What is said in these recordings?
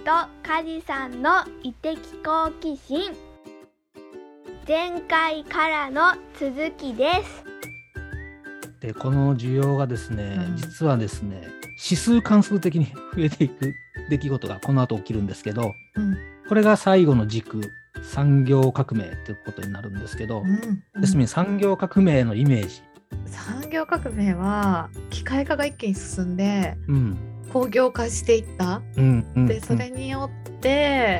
とカジさんの異的好奇心、前回からの続きです。 でこの需要がですね、実はですね指数関数的に増えていく出来事がこの後起きるんですけど、これが最後の軸、産業革命ということになるんですけど、ですね、産業革命のイメージ。 産業革命は機械化が一気に進んで、工業化していった、でそれによって、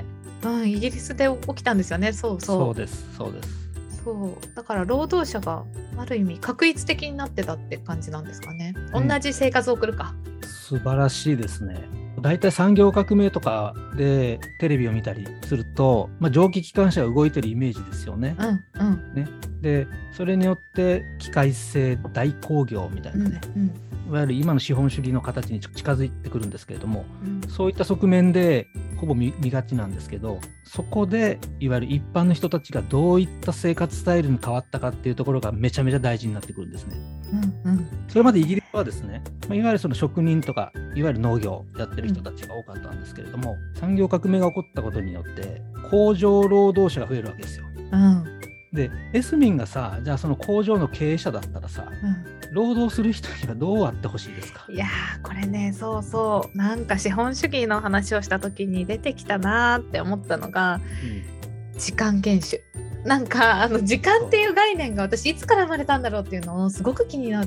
イギリスで起きたんですよね。そうです。だから労働者がある意味画一的になってたって感じなんですかね。同じ生活を送るか。 素晴らしいですね。だいたい産業革命とかでテレビを見たりすると、蒸気機関車が動いてるイメージですよね。でそれによって機械性大工業みたいなね、いわゆる今の資本主義の形に近づいてくるんですけれども、そういった側面でほぼ見がちなんですけど、そこでいわゆる一般の人たちがどういった生活スタイルに変わったかっていうところがめちゃめちゃ大事になってくるんですね。それまでイギリスはですね、いわゆるその職人とかいわゆる農業やってる人たちが多かったんですけれども、産業革命が起こったことによって工場労働者が増えるわけですよ。でエスミンがさ、じゃあその工場の経営者だったらさ、労働する人にはどうあってほしいですか？ いやー、これね、なんか資本主義の話をした時に出てきたなーって思ったのが、時間厳守。なんか時間っていう概念が私いつから生まれたんだろうっていうのをすごく気になって、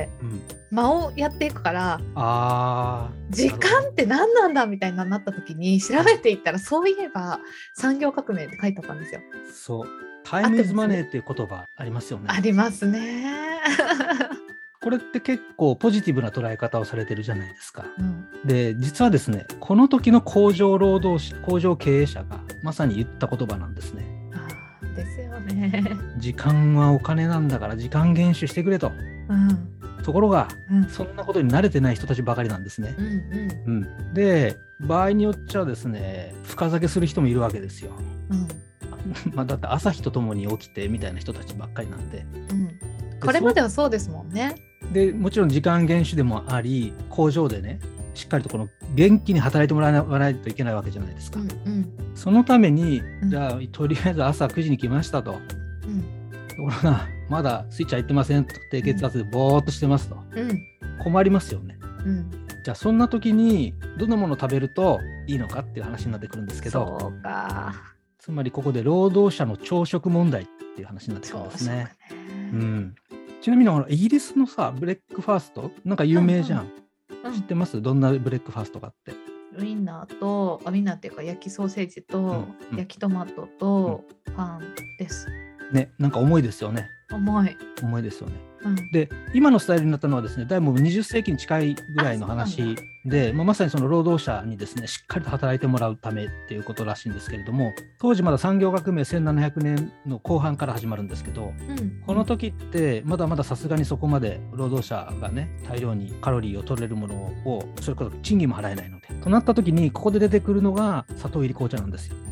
間をやっていくから、時間って何なんだみたいになった時に調べていったら、そういえば産業革命って書いてあったんですよ。 そう、タイムイズマネーっていう言葉ありますよね。 ありますね。 これって結構ポジティブな捉え方をされてるじゃないですか。で実はですね、この時の工場労働者、工場経営者がまさに言った言葉なんですね。 ですよね。 時間はお金なんだから時間厳守してくれと。ところが、そんなことに慣れてない人たちばかりなんですね。で場合によっちゃですね、深酒する人もいるわけですよ。だって朝日とともに起きてみたいな人たちばっかりなんで、 これまではそうですもんね。でもちろん時間厳守でもあり、工場でねしっかりとこの元気に働いてもらわないといけないわけじゃないですか。そのために、じゃあとりあえず朝9時に来ましたと、ところがまだスイッチ入ってませんと、低血圧でぼーっとしてますと、困りますよね。じゃあそんな時にどんなものを食べるといいのかっていう話になってくるんですけど、 そうか、 つまりここで労働者の朝食問題っていう話になってくるんですね。ちなみにイギリスのさ、ブレックファーストなんか有名じゃん。知ってます？どんなブレックファーストがあって。 ウインナーっていうか焼きソーセージと、焼きトマトと、パンですね。なんか重いですよね。重いですよね。で今のスタイルになったのはですね、だいぶ20世紀に近いぐらいの話で、まさにその労働者にですねしっかりと働いてもらうためっていうことらしいんですけれども、当時まだ産業革命1700年の後半から始まるんですけど、この時ってまだまださすがにそこまで労働者がね大量にカロリーを取れるものを、それこそ賃金も払えないのでとなった時に、ここで出てくるのが砂糖入り紅茶なんですよ。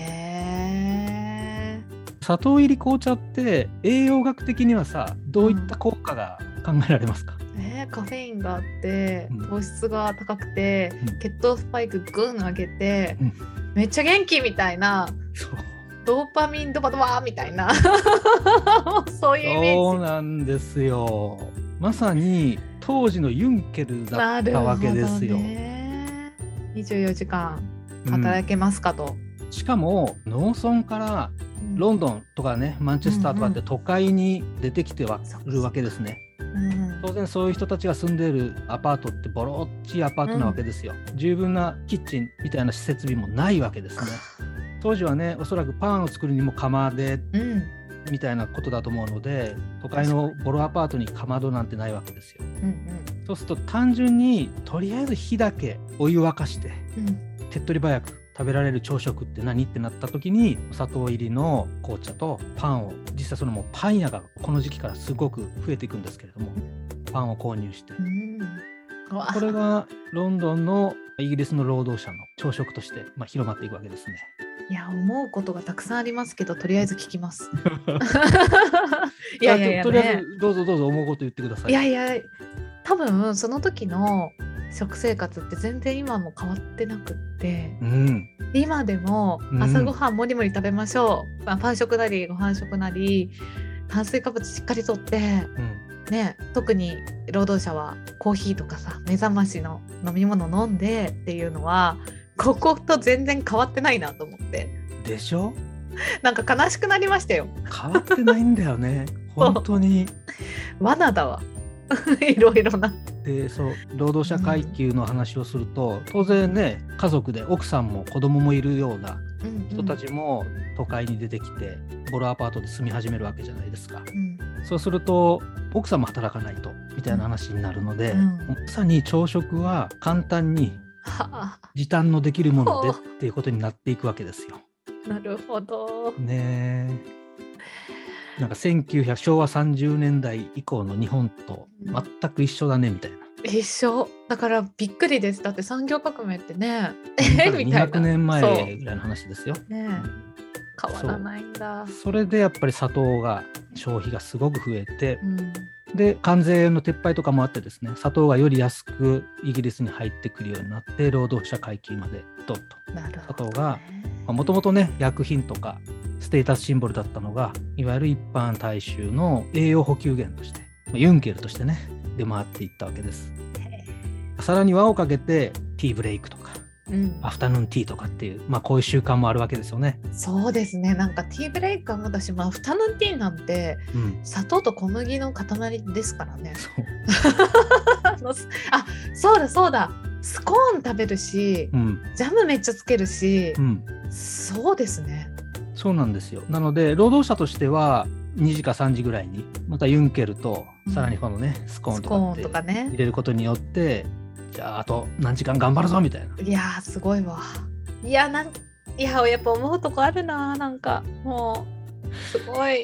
砂糖入り紅茶って栄養学的にはさ、どういった効果が考えられますか？ カフェインがあって、糖質が高くて、血糖スパイクグン上げて、めっちゃ元気みたいな、ドーパミンドバドバーみたいなそういうイメージ。そうなんですよ。まさに当時のユンケルだったわけですよ。 24時間働けますかと。 しかも農村からロンドンとかね、マンチェスターとかって都会に出てきてはるわけですね。当然そういう人たちが住んでいるアパートってボロっちいアパートなわけですよ。十分なキッチンみたいな設備もないわけですね。当時はね、おそらくパンを作るにも釜で、みたいなことだと思うので、都会のボロアパートにかまどなんてないわけですよ。そうすると単純にとりあえず火だけお湯沸かして、手っ取り早く食べられる朝食って何ってなった時に、砂糖入りの紅茶とパンを、実際そのもうパン屋がこの時期からすごく増えていくんですけれども、パンを購入して、これがロンドンのイギリスの労働者の朝食として、広まっていくわけですね。 いや、思うことがたくさんありますけど、とりあえず聞きます。 とりあえずどうぞ思うこと言ってください。 多分その時の食生活って全然今も変わってなくって、 うん、 今でも朝ごはんもりもり食べましょう、まあ、パン食なりご飯食なり炭水化物しっかりとって、ね、特に労働者はコーヒーとかさ目覚ましの飲み物飲んでっていうのはここと全然変わってないなと思って。 でしょ。 なんか悲しくなりましたよ。 変わってないんだよね本当に。 罠だわいろいろな。 でそう労働者階級の話をすると、当然ね家族で奥さんも子供もいるような人たちも都会に出てきてボロアパートで住み始めるわけじゃないですか、そうすると奥さんも働かないとみたいな話になるので、まさに朝食は簡単に時短のできるものでっていうことになっていくわけですよ。 なるほどね。なんか昭和30年代以降の日本と全く一緒だねみたいな、 一緒だからびっくりです。だって産業革命ってねみたいな 200年前ぐらいの話ですよ、 ね、変わらないんだ。 それでやっぱり砂糖が消費がすごく増えて、で関税の撤廃とかもあってですね、砂糖がより安くイギリスに入ってくるようになって労働者階級までドッと砂糖がもともとね薬品とかステータスシンボルだったのがいわゆる一般大衆の栄養補給源としてユンケルとしてね出回っていったわけです。さらに輪をかけてティーブレイクとか、アフタヌーンティーとかっていう、こういう習慣もあるわけですよね。 そうですね。なんかティーブレイクは私もアフタヌーンティーなんて、砂糖と小麦の塊ですからね。あ、そうだそうだ、スコーン食べるし、ジャムめっちゃつけるし、そうですね。 そうなんですよ。なので労働者としては2時か3時ぐらいにまたユンケルとさらにこのね、スコーンとかって入れることによって、じゃああと何時間頑張るぞみたいな。 いやーすごいわ。いややっぱ思うとこあるな。なんかもうすごい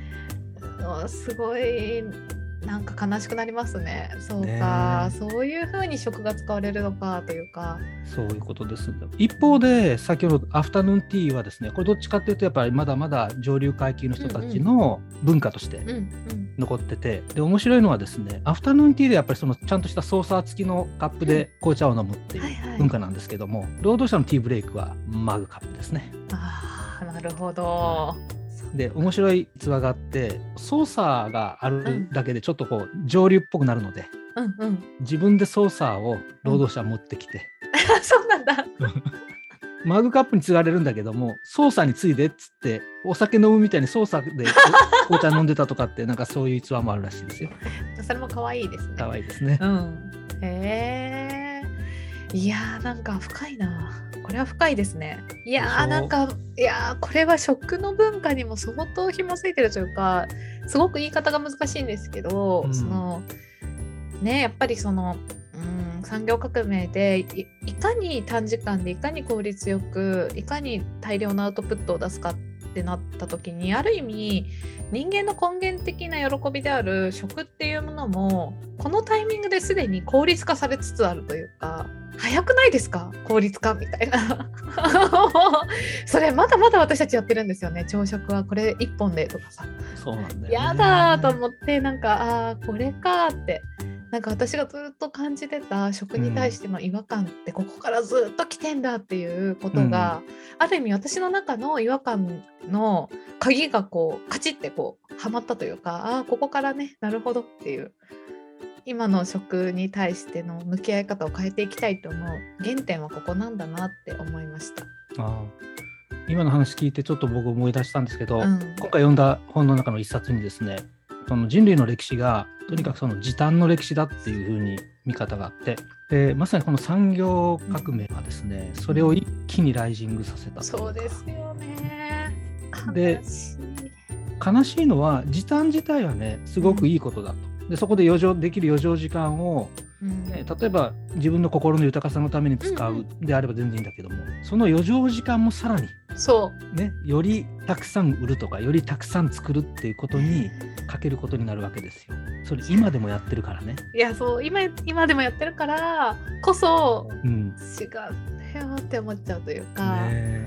なんか悲しくなりますね。そうか、そういう風に食が使われるのかというか。 そういうことです。一方で先ほどアフタヌーンティーはですね、これどっちかっていうとやっぱりまだまだ上流階級の人たちの文化として残ってて、で面白いのはですね、アフタヌーンティーでやっぱりそのちゃんとしたソーサー付きのカップで紅茶を飲むっていう文化なんですけども、労働者のティーブレイクはマグカップですね。 ああ、なるほど。 で面白い逸話があって、操作があるだけでちょっとこう上流っぽくなるので、自分で操作を労働者持ってきて、 そうなんだマグカップに継がれるんだけども、操作に継いでっつってお酒飲むみたいに操作で紅茶飲んでたとかってなんかそういう逸話もあるらしいですよ。 それも可愛いですね。 可愛いですね。 へえ。いやーなんか深いな。これは深いですね。いやーなんかこれは食の文化にも相当紐づいてるというか、すごく言い方が難しいんですけど、そのね、やっぱりその産業革命で いかに短時間でいかに効率よくいかに大量のアウトプットを出すかってなった時に、ある意味人間の根源的な喜びである食っていうものもこのタイミングですでに効率化されつつあるというか、早くないですか効率化みたいなそれまだまだ私たちやってるんですよね。朝食はこれ1本でとかさ。 そうなんだよね。 やだと思って、なんかこれかって、なんか私がずっと感じてた食に対しての違和感ってここからずっと来てんだっていうことが、ある意味私の中の違和感の鍵がこうカチッてこうはまったというか、ここからね、なるほどっていう、今の食に対しての向き合い方を変えていきたいと思う原点はここなんだなって思いました。 今の話聞いてちょっと僕思い出したんですけど、今回読んだ本の中の一冊にですね、その人類の歴史がとにかくその時短の歴史だっていう風に見方があって、でまさにこの産業革命はですね、それを一気にライジングさせたというか。 そうですよね。 で悲しいのは時短自体はねすごくいいことだと。でそこでできる余剰時間を、例えば自分の心の豊かさのために使うであれば全然いいんだけども、その余剰時間もさらによりたくさん売るとかよりたくさん作るっていうことにかけることになるわけですよ。それ今でもやってるからね。いやそう今でもやってるからこそ、違うんだよって思っちゃうというか、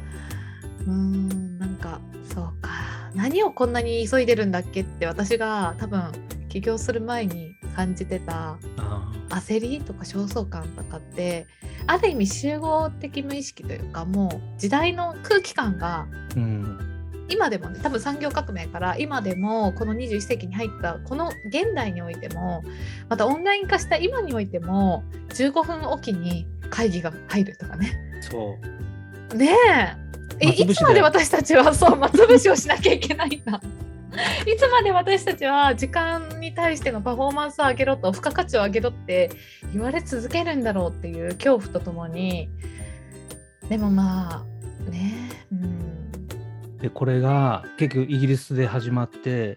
なんかそうか、何をこんなに急いでるんだっけって私が多分起業する前に感じてたあ焦りとか焦燥感とかって、ある意味集合的無意識というか、もう時代の空気感が今でもね、多分産業革命から今でもこの21世紀に入ったこの現代においても、またオンライン化した今においても15分おきに会議が入るとかね。 そうねえ、いつまで私たちはそう松ぶしをしなきゃいけないんだいつまで私たちは時間に対してのパフォーマンスを上げろと、付加価値を上げろって言われ続けるんだろうっていう恐怖とともに、でもまあね、 でこれが結局イギリスで始まって、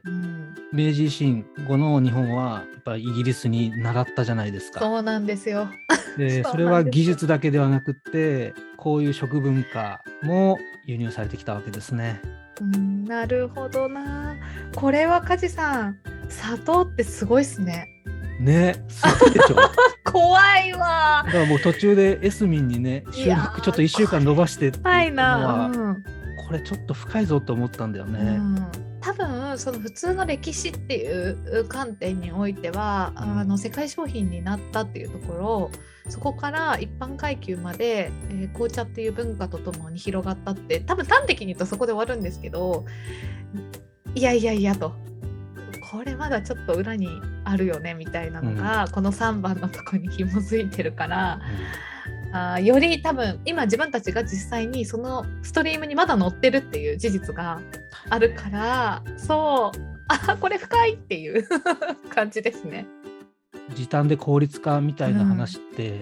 明治維新後の日本はやっぱりイギリスに習ったじゃないですか。 そうなんですよ。 でそれは技術だけではなくってこういう食文化も輸入されてきたわけですね。 なるほどな。これは梶さん、砂糖ってすごいっすね。 ね、すごいでしょ怖いわ。 だからもう途中でエスミンにね、収録ちょっと1週間延ばしてっていうのは、これちょっと深いぞと思ったんだよね。 多分その普通の歴史っていう観点においては、世界商品になったっていうところ、そこから一般階級まで、紅茶っていう文化とともに広がったって、多分端的に言うとそこで終わるんですけど、いやと、これまだちょっと裏にあるよねみたいなのが、この3番のとこに紐づいてるから、より多分今自分たちが実際にそのストリームにまだ乗ってるっていう事実があるから、そうこれ深いっていう感じですね。 時短で効率化みたいな話って、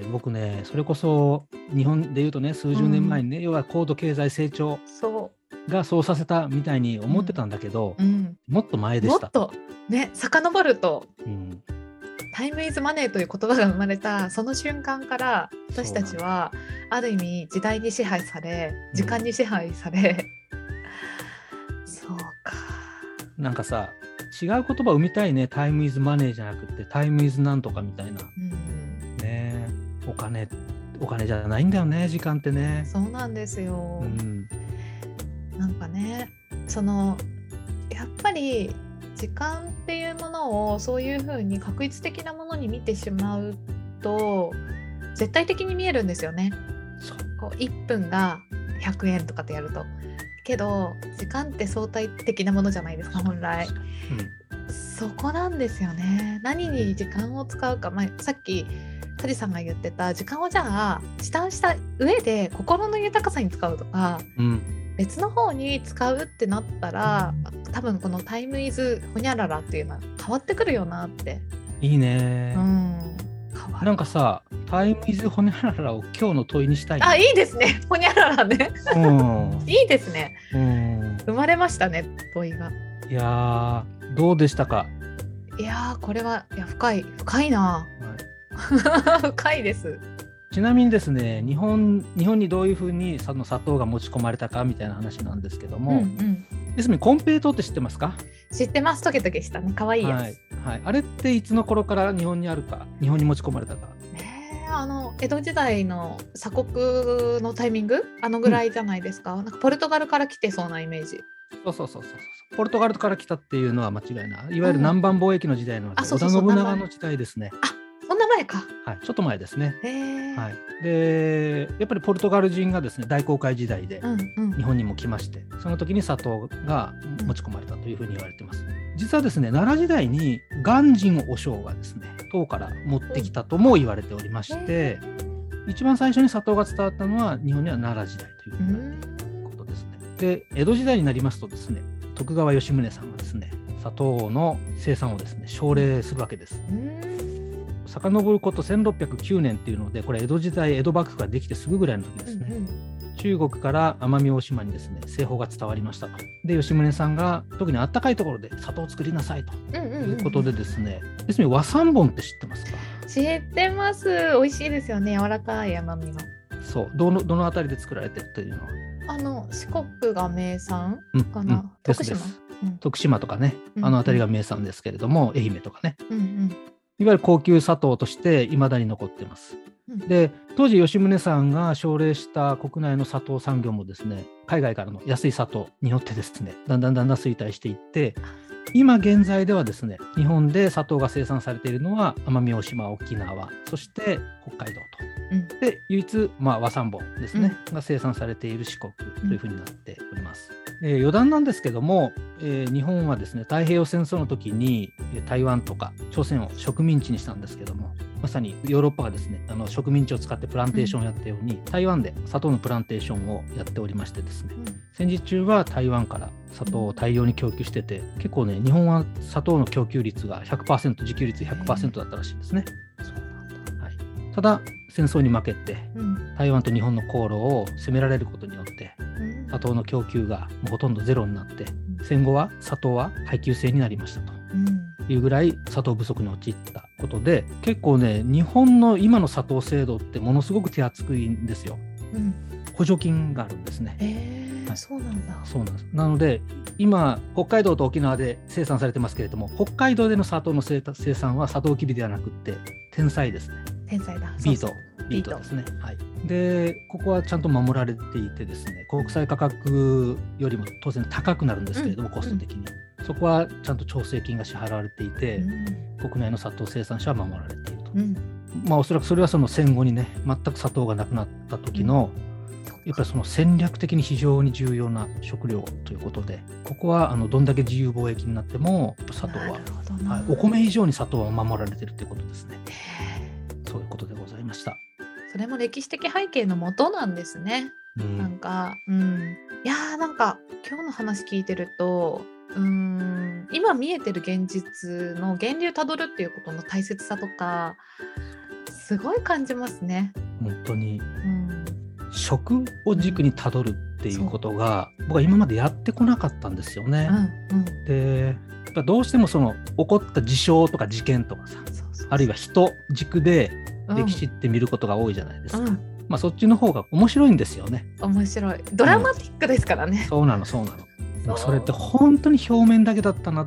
僕ね、それこそ日本でいうとね、数十年前にね、要は高度経済成長がそうさせたみたいに思ってたんだけど、もっと前でした。もっとね、遡ると、タイムイズマネーという言葉が生まれたその瞬間から、私たちはある意味時代に支配され、時間に支配され、そうか。 なんかさ、違う言葉を生みたいね。タイムイズマネーじゃなくてタイムイズなんとかみたいな、ね、お金じゃないんだよね、時間ってね。 そうなんですよ、なんかね、そのやっぱり時間っていうものをそういう風に確一的なものに見てしまうと絶対的に見えるんですよね。こう1分が100円とかってやると。けど時間って相対的なものじゃないですか、本来。そこなんですよね。何に時間を使うか、さっき梶さんが言ってた時間をじゃあ時短した上で心の豊かさに使うとか、別の方に使うってなったら、多分このタイムイズホニャララっていうのは変わってくるよなって。 いいね。なんかさ、タイムイズホニャララを今日の問いにしたい、ね。 いいですね、ホニャララね。いいですね。生まれましたね、問いが。 いやー、どうでしたか。 いやー、これは深いな、深いです。 ちなみにですね、日本にどういうふうにその砂糖が持ち込まれたかみたいな話なんですけども、ですのでコンペイトーって知ってますか。 知ってます。トゲトゲしたね、かわいいやつ。 あれっていつの頃から日本にあるか、日本に持ち込まれたか。 江戸時代の鎖国のタイミング、ぐらいじゃないですか。なんかポルトガルから来てそうなイメージ。 そうポルトガルから来たっていうのは間違いない。いわゆる南蛮貿易の時代の織田信長の時代ですね。 そんな前か。 ちょっと前ですね。でやっぱりポルトガル人がですね、大航海時代で日本にも来まして、その時に砂糖が持ち込まれたというふうに言われています。実はですね、奈良時代に鑑真和尚がですね、唐から持ってきたとも言われておりまして、一番最初に砂糖が伝わったのは日本には奈良時代ということですね。で、江戸時代になりますとですね、徳川吉宗さんがですね、砂糖の生産をですね、奨励するわけです。遡ること1609年っていうので、これ江戸時代、江戸幕府ができてすぐぐらいの時ですね。中国から奄美大島にですね、製法が伝わりましたと。で、吉宗さんが特にあったかいところで砂糖を作りなさいということでですね、要するに和三盆って知ってますか。 知ってます。美味しいですよね、柔らかい甘みの。 そう、どのあたりで作られてるというのは。 四国が名産かな、 徳島とかね、あのあたりが名産ですけれども、愛媛とかね、いわゆる高級砂糖として未だに残ってます。 で当時吉宗さんが奨励した国内の砂糖産業もですね、海外からの安い砂糖によってですね、だんだん衰退していって、今現在ではですね、日本で砂糖が生産されているのは奄美大島、沖縄、そして北海道と、で唯一、和三盆ですね、が生産されている四国というふうになっております。余談なんですけども、日本はですね、太平洋戦争の時に台湾とか朝鮮を植民地にしたんですけども、まさにヨーロッパがですね、植民地を使ってプランテーションをやったように、台湾で砂糖のプランテーションをやっておりましてですね、戦時中は台湾から砂糖を大量に供給してて、結構ね、日本は砂糖の供給率が 100%、自給率 100% だったらしいですね。はい、ただ戦争に負けて、台湾と日本の航路を攻められることによって、砂糖の供給がもうほとんどゼロになって、戦後は砂糖は配給制になりましたというぐらい砂糖不足に陥ったことで、結構ね、日本の今の砂糖制度ってものすごく手厚いんですよ。補助金があるんですね。 はい、そうなんだ。 そうなんです。なので今北海道と沖縄で生産されてますけれども、北海道での砂糖の生産はサトウキビではなくって天才ですね。 天才だ。 ビートですね。はい。でここはちゃんと守られていてですね、国際価格よりも当然高くなるんですけれども、コスト的に、そこはちゃんと調整金が支払われていて、国内の砂糖生産者は守られていると。おそらくそれはその戦後にね、全く砂糖がなくなった時の、やっぱりその戦略的に非常に重要な食料ということで、ここはどんだけ自由貿易になっても砂糖は、お米以上に砂糖は守られているということですね。そういうことでございました。 それも歴史的背景のもとなんですね。なんか、いやー、なんか今日の話聞いてると、今見えてる現実の源流たどるっていうことの大切さとかすごい感じますね。 本当に、食を軸にたどるっていうことが僕は今までやってこなかったんですよね。でやっぱどうしてもその起こった事象とか事件とかさ、あるいは人軸で歴史って見ることが多いじゃないですか。そっちの方が面白いんですよね。 面白い。ドラマティックですからね。 そうなの。でもそれって本当に表面だけだったなって。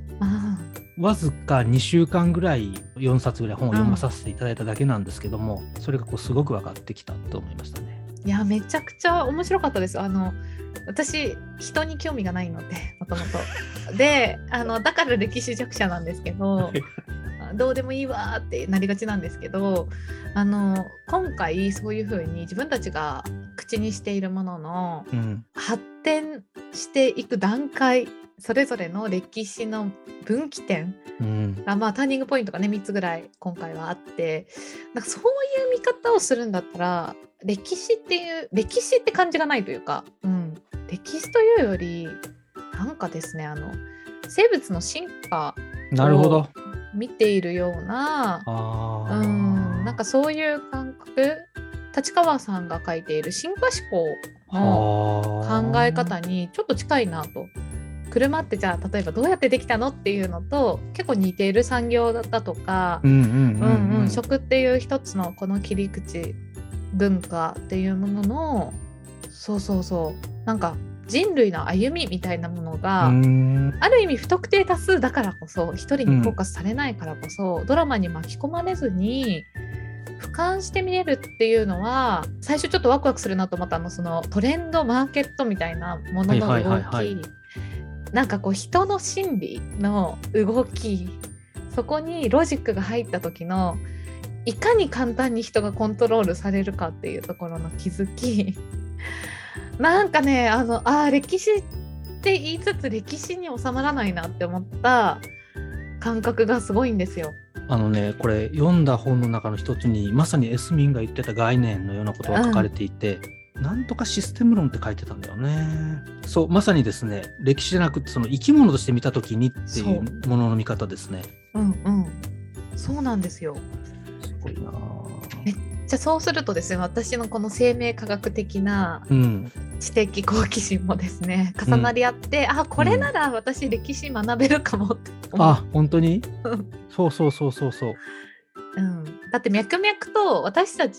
わずか2週間ぐらい4冊ぐらい本を読まさせていただいただけなんですけども、それがすごく分かってきたと思いましたね。 いや、めちゃくちゃ面白かったです。私人に興味がないので、もともとでだから歴史弱者なんですけどどうでもいいわってなりがちなんですけど、今回そういう風に自分たちが口にしているものの発展していく段階、それぞれの歴史の分岐点が、ターニングポイントがね3つぐらい今回はあって、なんかそういう見方をするんだったら歴史って感じがないというか、歴史というよりなんかですね、生物の進化を見ているような、なんかそういう感覚、立川さんが書いている進化思考の考え方にちょっと近いなと。車ってじゃあ例えばどうやってできたのっていうのと結構似ている産業だとか、食っていう一つのこの切り口文化っていうもののなんか人類の歩みみたいなものがある意味不特定多数だからこそ、一人にフォーカスされないからこそ、ドラマに巻き込まれずに俯瞰して見れるっていうのは、最初ちょっとワクワクするなと思ったそのトレンドマーケットみたいなものの動き、なんかこう人の心理の動き、そこにロジックが入った時のいかに簡単に人がコントロールされるかっていうところの気づきなんかね、歴史って言いつつ歴史に収まらないなって思った感覚がすごいんですよ。 これ読んだ本の中の一つにまさにエスミンが言ってた概念のようなことが書かれていて、なんとかシステム論って書いてたんだよね。そう、まさにですね、歴史じゃなくてその生き物として見たときにっていうものの見方ですね。 そうなんですよ。 すごいな。 じゃあそうするとですね、私のこの生命科学的な知的好奇心もですね、重なり合って、これなら私歴史学べるかもって思う。 本当にそう、 だって脈々と私たち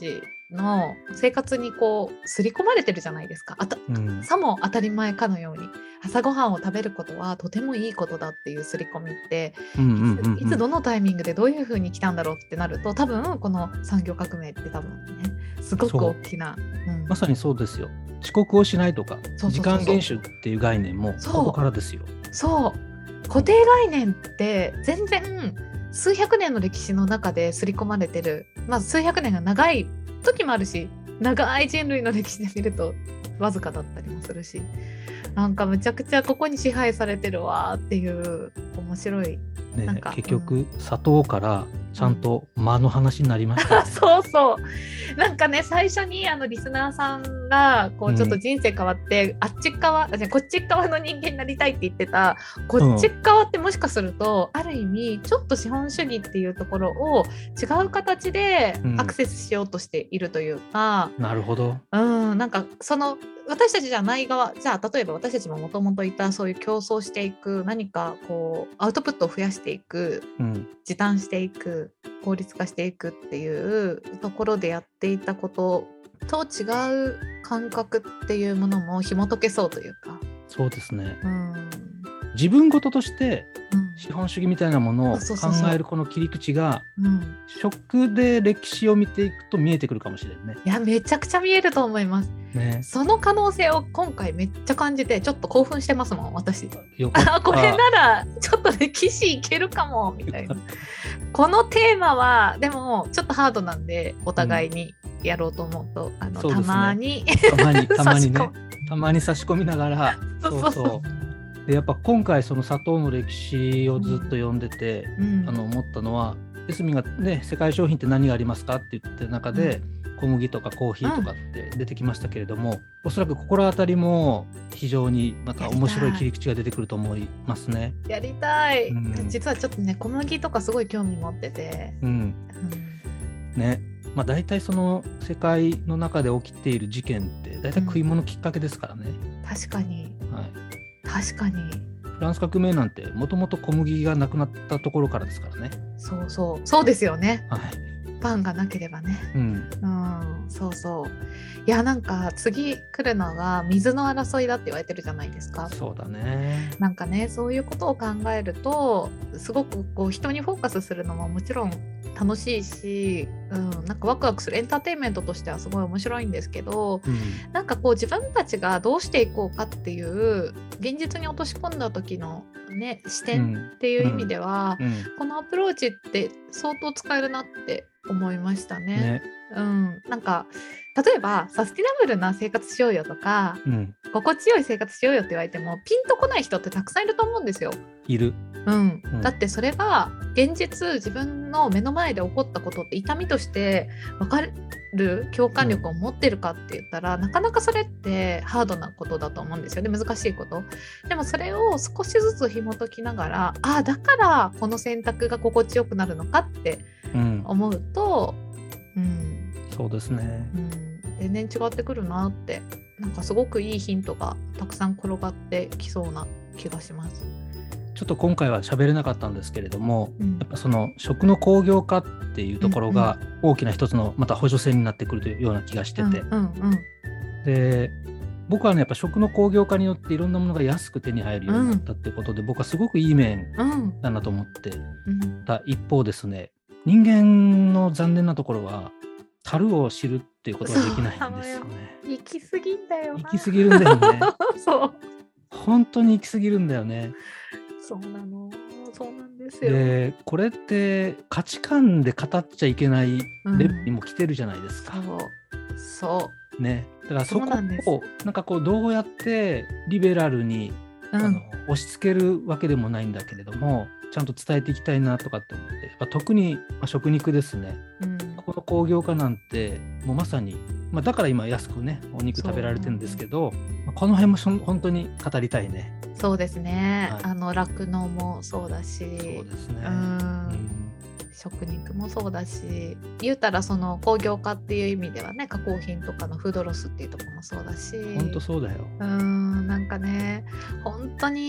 の生活にこう刷り込まれてるじゃないですか。さも当たり前かのように朝ごはんを食べることはとてもいいことだっていう刷り込みって、いつどのタイミングでどういう風に来たんだろうってなると、多分この産業革命って多分ねすごく大きな、 まさにそうですよ。遅刻をしないとか時間厳守っていう概念もここからですよ。 そう固定概念って全然数百年の歴史の中で刷り込まれてる、数百年が長い時もあるし、長い人類の歴史で見るとわずかだったりもするし、なんかむちゃくちゃここに支配されてるわっていう面白い、なんか結局、砂糖からちゃんと間の話になりましたね。 そうそうなんかね、最初にリスナーさんがこうちょっと人生変わって、こっち側の人間になりたいって言ってたこっち側ってもしかすると、ある意味ちょっと資本主義っていうところを違う形でアクセスしようとしているというか、 なるほど。 なんかその私たちじゃない側、じゃあ例えば私たちももともといたそういう競争していく、何かこうアウトプットを増やしていく、時短していく、効率化していくっていうところでやっていたことと違う感覚っていうものも紐解けそうというか。 そうですね、自分事として資本主義みたいなものを考えるこの切り口が、食で歴史を見ていくと見えてくるかもしれないね。 いや、めちゃくちゃ見えると思います、ね、その可能性を今回めっちゃ感じて、ちょっと興奮してますもん私。 よかった。 これならちょっと歴史いけるかもみたいなこのテーマはでもちょっとハードなんで、お互いにやろうと思うと、たまにねたまに差し込みながらそうで、やっぱ今回その砂糖の歴史をずっと読んでて、思ったのは、エスミがね、世界商品って何がありますかって言ってる中で、小麦とかコーヒーとかって出てきましたけれども、おそらく心当たりも非常にまた面白い切り口が出てくると思いますね。 やりたい、実はちょっとね、小麦とかすごい興味持ってて、 ね、大体その世界の中で起きている事件って大体食い物きっかけですからね。 確かに、確かに。 フランス革命なんてもともと小麦がなくなったところからですからね。 そうですよね、パンがなければね。いや、なんか次来るのが水の争いだって言われてるじゃないですか。 そうだね。 なんかね、そういうことを考えると、すごくこう人にフォーカスするのももちろん楽しいし、なんかワクワクするエンターテインメントとしてはすごい面白いんですけど、なんかこう自分たちがどうしていこうかっていう現実に落とし込んだ時のね、視点っていう意味では、このアプローチって相当使えるなって思いましたね。なんか例えばサスティナブルな生活しようよとか、心地よい生活しようよって言われてもピンとこない人ってたくさんいると思うんですよ。 いる。 だってそれが現実、自分の目の前で起こったことって痛みとして分かる共感力を持ってるかって言ったら、なかなかそれってハードなことだと思うんですよね。難しいこと。でもそれを少しずつ紐解きながら、だからこの選択が心地よくなるのかって思うと、 そうですね、 全然違ってくるなって、なんかすごくいいヒントがたくさん転がってきそうな気がします。 ちょっと今回は喋れなかったんですけれども、やっぱその食の工業化っていうところが大きな一つのまた補助線になってくるというような気がしてて、で僕はね、やっぱ食の工業化によっていろんなものが安く手に入るようになったってことで、僕はすごくいい面だなと思ってた一方ですね、人間の残念なところは樽を知るっていうことができないんですよね。 行き過ぎんだよな。 行き過ぎるんだよね。 そう本当に行き過ぎるんだよね。 そうなの。そうなんですよ。 でこれって価値観で語っちゃいけないレベルにも来てるじゃないですか。 そうね。だからそこをなんかこうどうやってリベラルに、押し付けるわけでもないんだけれども、ちゃんと伝えていきたいなとかって思って、特に食肉ですね。この工業化なんてもうまさに、だから今安くねお肉食べられてるんですけど、この辺も本当に語りたいね。 そうですね、酪農もそうだし、 そうですね、 食肉もそうだし、言うたらその工業化っていう意味ではね、加工品とかのフードロスっていうところもそうだし、 本当そうだよ。 なんかね、本当に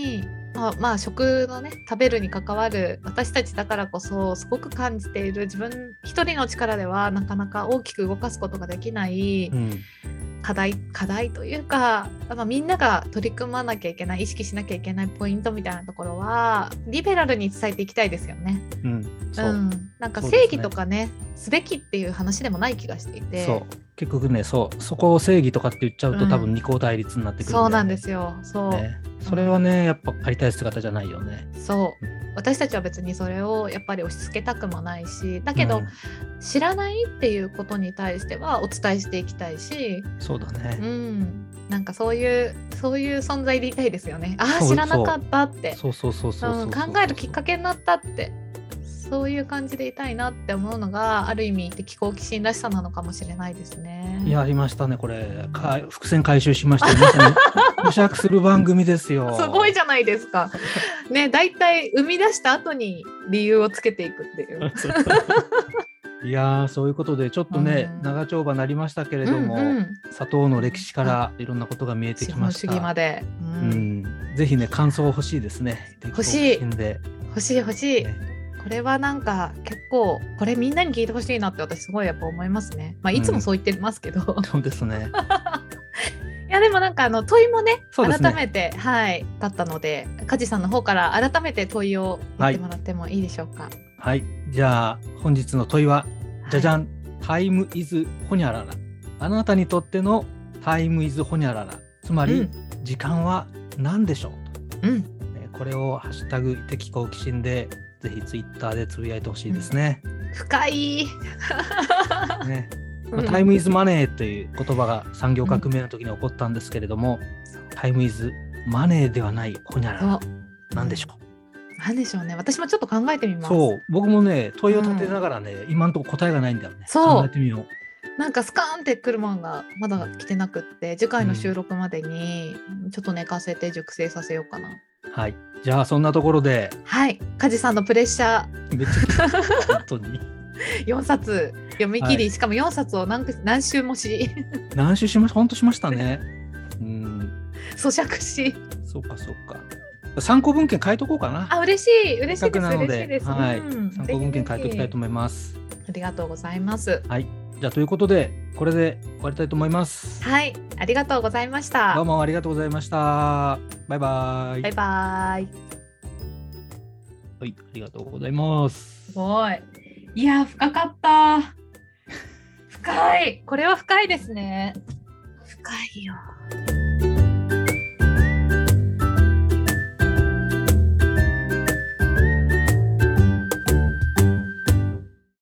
まあ食のね食べるに関わる私たちだからこそすごく感じている自分一人の力ではなかなか大きく動かすことができない課題というか、みんなが取り組まなきゃいけない意識しなきゃいけないポイントみたいなところはリベラルに伝えていきたいですよね。なんか正義とかねすべきっていう話でもない気がしていて、 そう結局ねそこを正義とかって言っちゃうと、多分二項対立になってくるんだよね。 そうなんですよ。そう、 ね、それはね、やっぱありたい姿じゃないよね。 そう私たちは別にそれをやっぱり押し付けたくもないし、だけど、知らないっていうことに対してはお伝えしていきたいし、 そうだね、 なんかそういう存在でいたいですよね。知らなかったって考えるきっかけになったって、そういう感じでいたいなって思うのがある意味的好奇心らしさなのかもしれないですね。 やりましたねこれ。伏線回収しましたよ。まさに咀嚼する番組ですよ。 すごいじゃないですか。ね、だいたい生み出した後に理由をつけていくっていう。 いやそういうことでちょっとね、長丁場になりましたけれども、砂糖の歴史からいろんんなことが見えてきました。 資本主義まで、 ぜひね感想欲しいですね。 欲しい。これはなんか結構これみんなに聞いてほしいなって私すごいやっぱ思いますね。いつもそう言ってますけど、 そうですね。 いやでもなんか問いもね改めてだったので、梶さんの方から改めて問いを言ってもらってもいいでしょうか。 はい、じゃあ本日の問いはじゃじゃん、タイムイズホニャララ。あなたにとってのタイムイズホニャララ、つまり、時間は何でしょうと、これをハッシュタグ的好奇心でぜひツイッターでつぶやいてほしいですね。 深い、 ね。タイムイズマネーという言葉が産業革命の時に起こったんですけれども、タイムイズマネーではないホニャララ、なんでしょう。 なんでしょうね。私もちょっと考えてみます。 そう、僕もね問いを立てながらね、今のところ答えがないんだよね。考えてみよう。 なんかスカーンってくるものがまだ来てなくって、次回の収録までにちょっと寝かせて熟成させようかな。 はい、じゃあそんなところで、 梶さんのプレッシャーめっちゃ本当に 4冊読み切り、しかも4冊を何週も何週しました。本当しましたね。 咀嚼し、 そうか参考文献書いとこうかな。 嬉しいです。 なので、 参考文献書いておきたいと思います。 ありがとうございます。 じゃあということでこれで終わりたいと思います。 ありがとうございました。 どうもありがとうございました。バイバイ。 はい、 ありがとうございます。 すごい。いや深かった。深い。これは深いですね。深いよ。